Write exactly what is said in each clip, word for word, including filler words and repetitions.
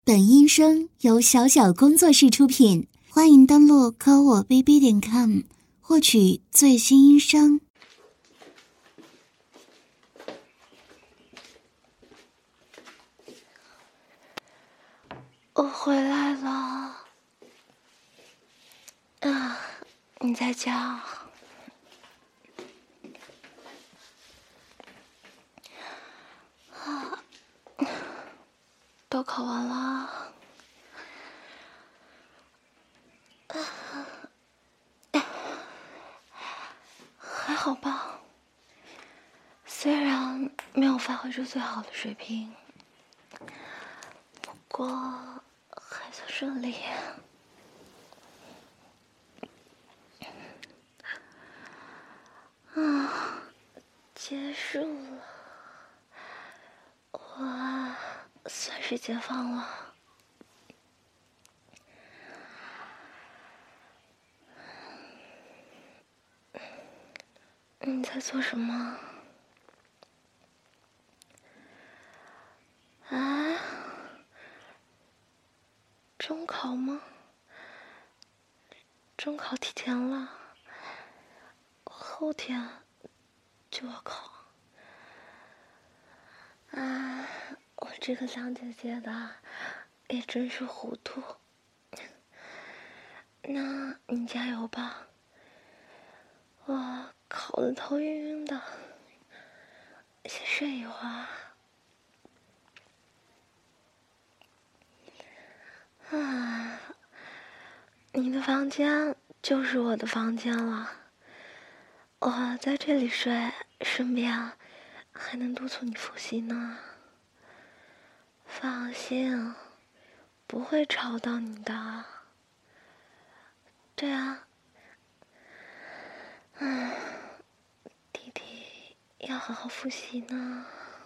本音声由小小工作室出品，欢迎登录科我 B B 点 com 获取最新音声。 我回来了。啊，你在家？啊，都考完了。还好吧，虽然没有发挥出最好的水平，不过还算顺利。啊，结束了，我算是解放了。你在做什么？啊？中考吗？中考提前了，后天就要考。啊，我这个小姐姐的也真是糊涂。那你加油吧，我考得头晕晕的，先睡一会儿。啊，你的房间就是我的房间了，我在这里睡，顺便还能督促你复习呢。放心，不会吵到你的。对啊，嗯，弟弟要好好复习呢。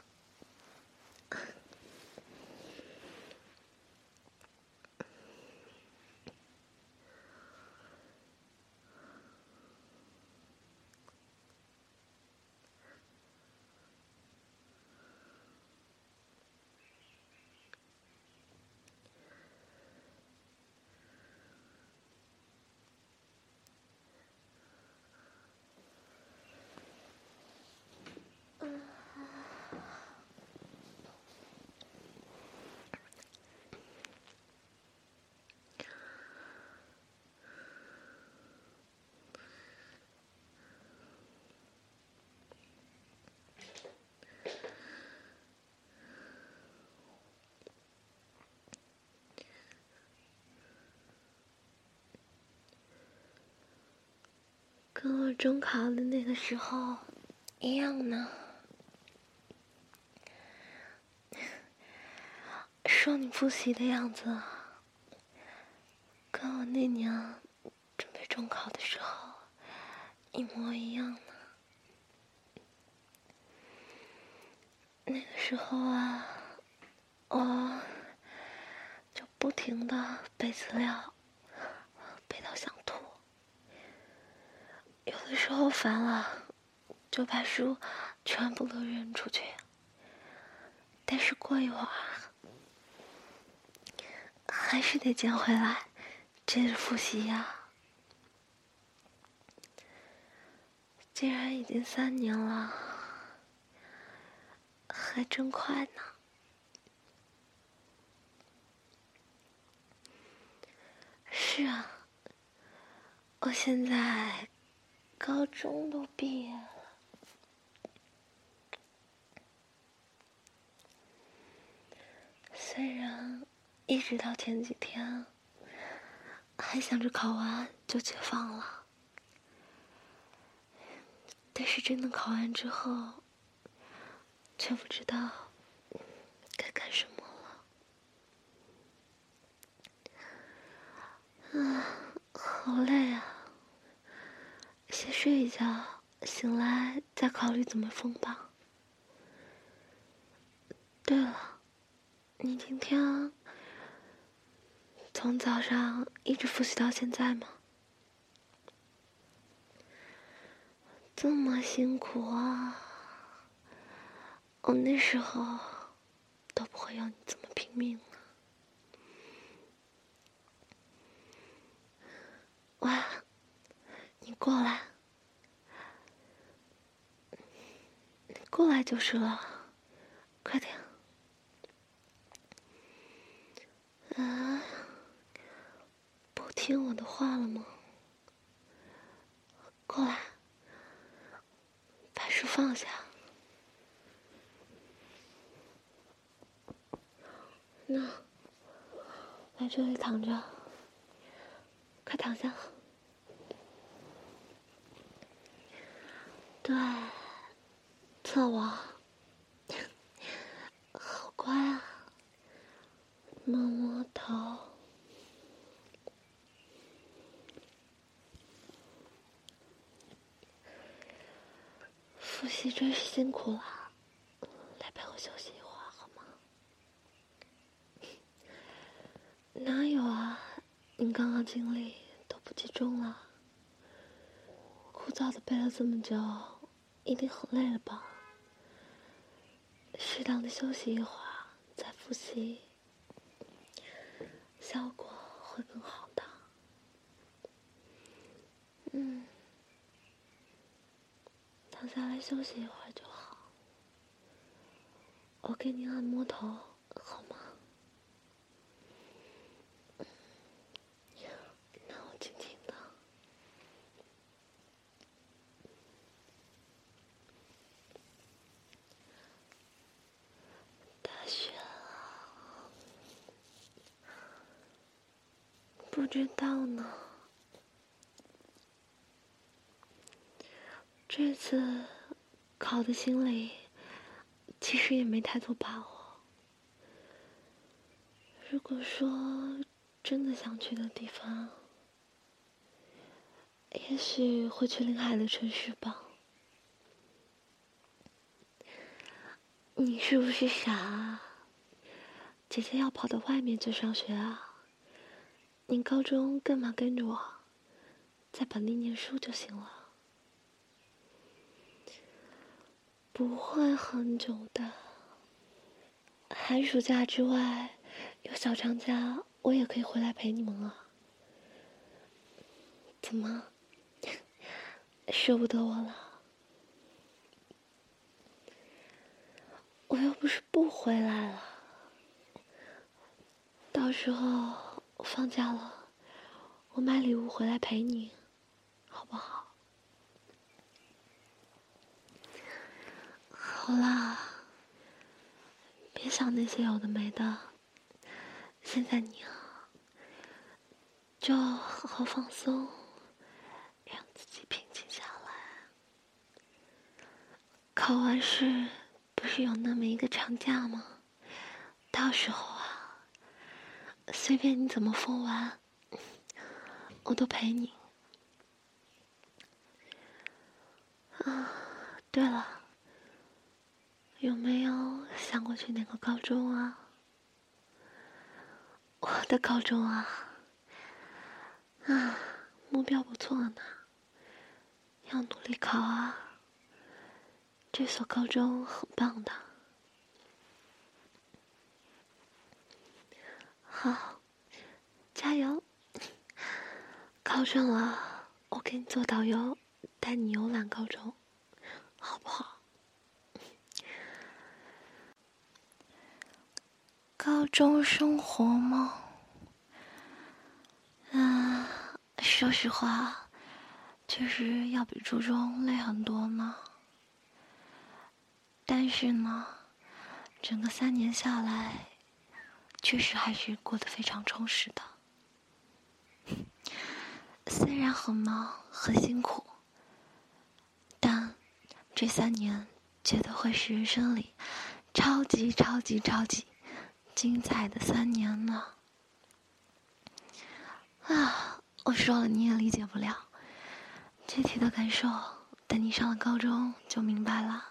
跟我中考的那个时候一样呢。说你复习的样子，跟我那年准备中考的时候一模一样呢。那个时候啊，我就不停的背资料，背到想吐。有的时候烦了，就把书全部都扔出去。但是过一会儿，还是得捡回来，接着复习呀。既然已经三年了，还真快呢。是啊，我现在高中都毕业了。虽然一直到前几天还想着考完就解放了，但是真的考完之后，却不知道该干什么了。啊，好累啊！先睡一觉，醒来再考虑怎么封吧。对了，你今天从早上一直复习到现在吗？这么辛苦啊！我那时候都不会有你这么拼命呢。 喂，你过来，你过来就是了，快点。啊，不听我的话了吗？过来，把书放下。那，来这里躺着，快躺下。对，侧我，好乖啊，摸摸头。复习真是辛苦了，来陪我休息一会儿好吗？哪有啊，你刚刚精力都不集中了，枯燥的背了这么久，一定很累了吧？适当的休息一会儿再复习，效果会更好的。嗯，躺下来休息一会儿就好。我给你按摩头，好吗？那我轻轻的。大雪了，不知道呢。这次考的心里其实也没太多把握。如果说真的想去的地方，也许会去临海的城市吧。你是不是傻啊？姐姐要跑到外面去上学啊？你高中干嘛跟着我，在本地念书就行了。不会很久的，寒暑假之外，有小长假，我也可以回来陪你们啊。怎么，舍不得我了？我又不是不回来了，到时候放假了，我买礼物回来陪你，好不好？好啦，别想那些有的没的。现在你啊，就好好放松，让自己平静下来。考完试不是有那么一个长假吗？到时候啊，随便你怎么疯玩，我都陪你。啊，对了，有没有想过去哪个高中啊？我的高中啊，啊，目标不错呢，要努力考啊。这所高中很棒的。好，加油！考上了，我给你做导游，带你游览高中，好不好？高中生活吗？嗯，说实话，确实要比初中累很多呢。但是呢，整个三年下来，确实还是过得非常充实的。虽然很忙很辛苦，但这三年绝对会是人生里超级超级超级精彩的三年呢。啊，我说了你也理解不了，具体的感受等你上了高中就明白了。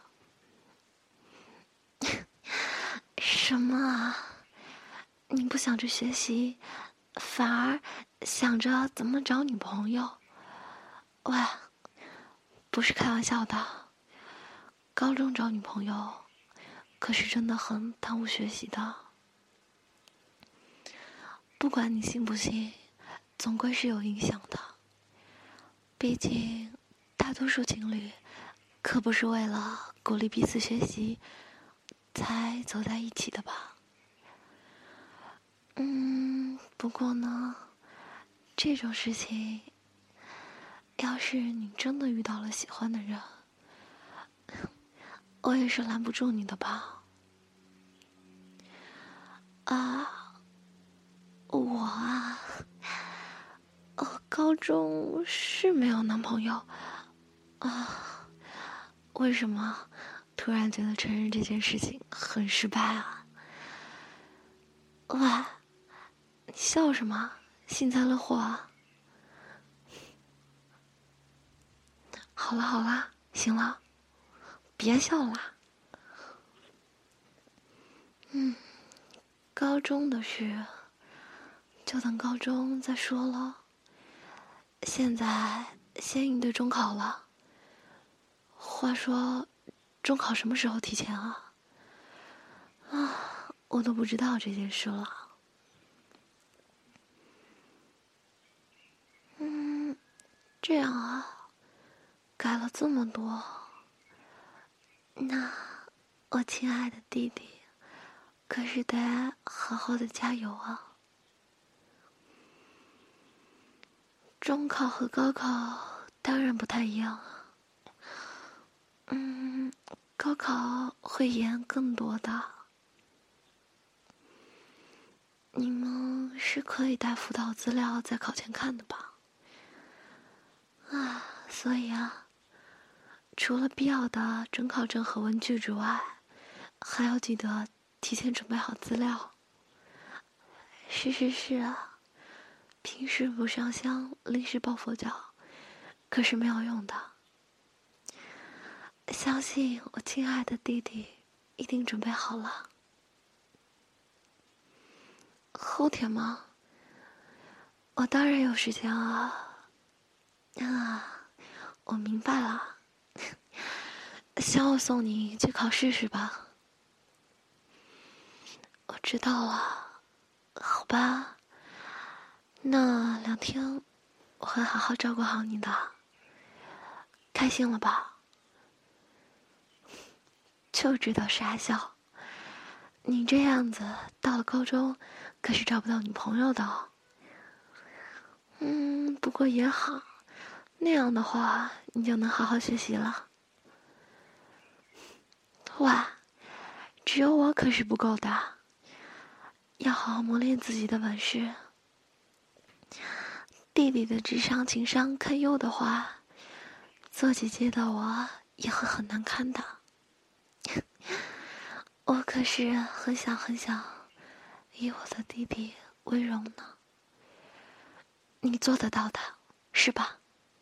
什么啊？你不想着学习，反而想着怎么找女朋友？喂，不是开玩笑的，高中找女朋友可是真的很耽误学习的。不管你信不信，总归是有影响的。 毕竟大多数情侣可不是为了鼓励彼此学习才走在一起的吧。嗯，不过呢，这种事情要是你真的遇到了喜欢的人，我也是拦不住你的吧。啊，我啊，我高中是没有男朋友啊，为什么突然觉得承认这件事情很失败啊？喂，你笑什么？幸灾乐祸啊？好了好了，行了，别笑了。嗯，高中的事就等高中再说了。现在先应对中考了。话说，中考什么时候提前啊？啊，我都不知道这件事了。嗯，这样啊，改了这么多，那我亲爱的弟弟，可是得好好的加油啊！中考和高考当然不太一样啊。嗯，高考会严更多的。你们是可以带辅导资料在考前看的吧？啊，所以啊，除了必要的准考证和文具之外，还要记得提前准备好资料。是是是啊，平时不上香，临时抱佛脚，可是没有用的。相信我亲爱的弟弟一定准备好了。后天吗？我当然有时间啊。啊，我明白了。想我送你去考试是吧？我知道了。好吧，那两天我会好好照顾好你的。开心了吧？就知道傻笑。你这样子到了高中可是找不到女朋友的哦。嗯，不过也好，那样的话你就能好好学习了。哇，只有我可是不够的，要好好磨练自己的本事。弟弟的智商情商堪忧的话，做姐姐的我也会很难堪的。我可是很想很想以我的弟弟为荣呢。你做得到的，是吧？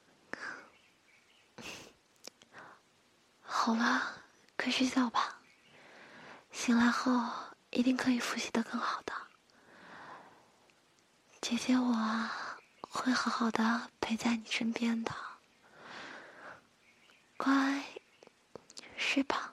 好了，快睡觉吧。醒来后一定可以复习得更好的。姐姐我会好好的陪在你身边的。乖，睡吧。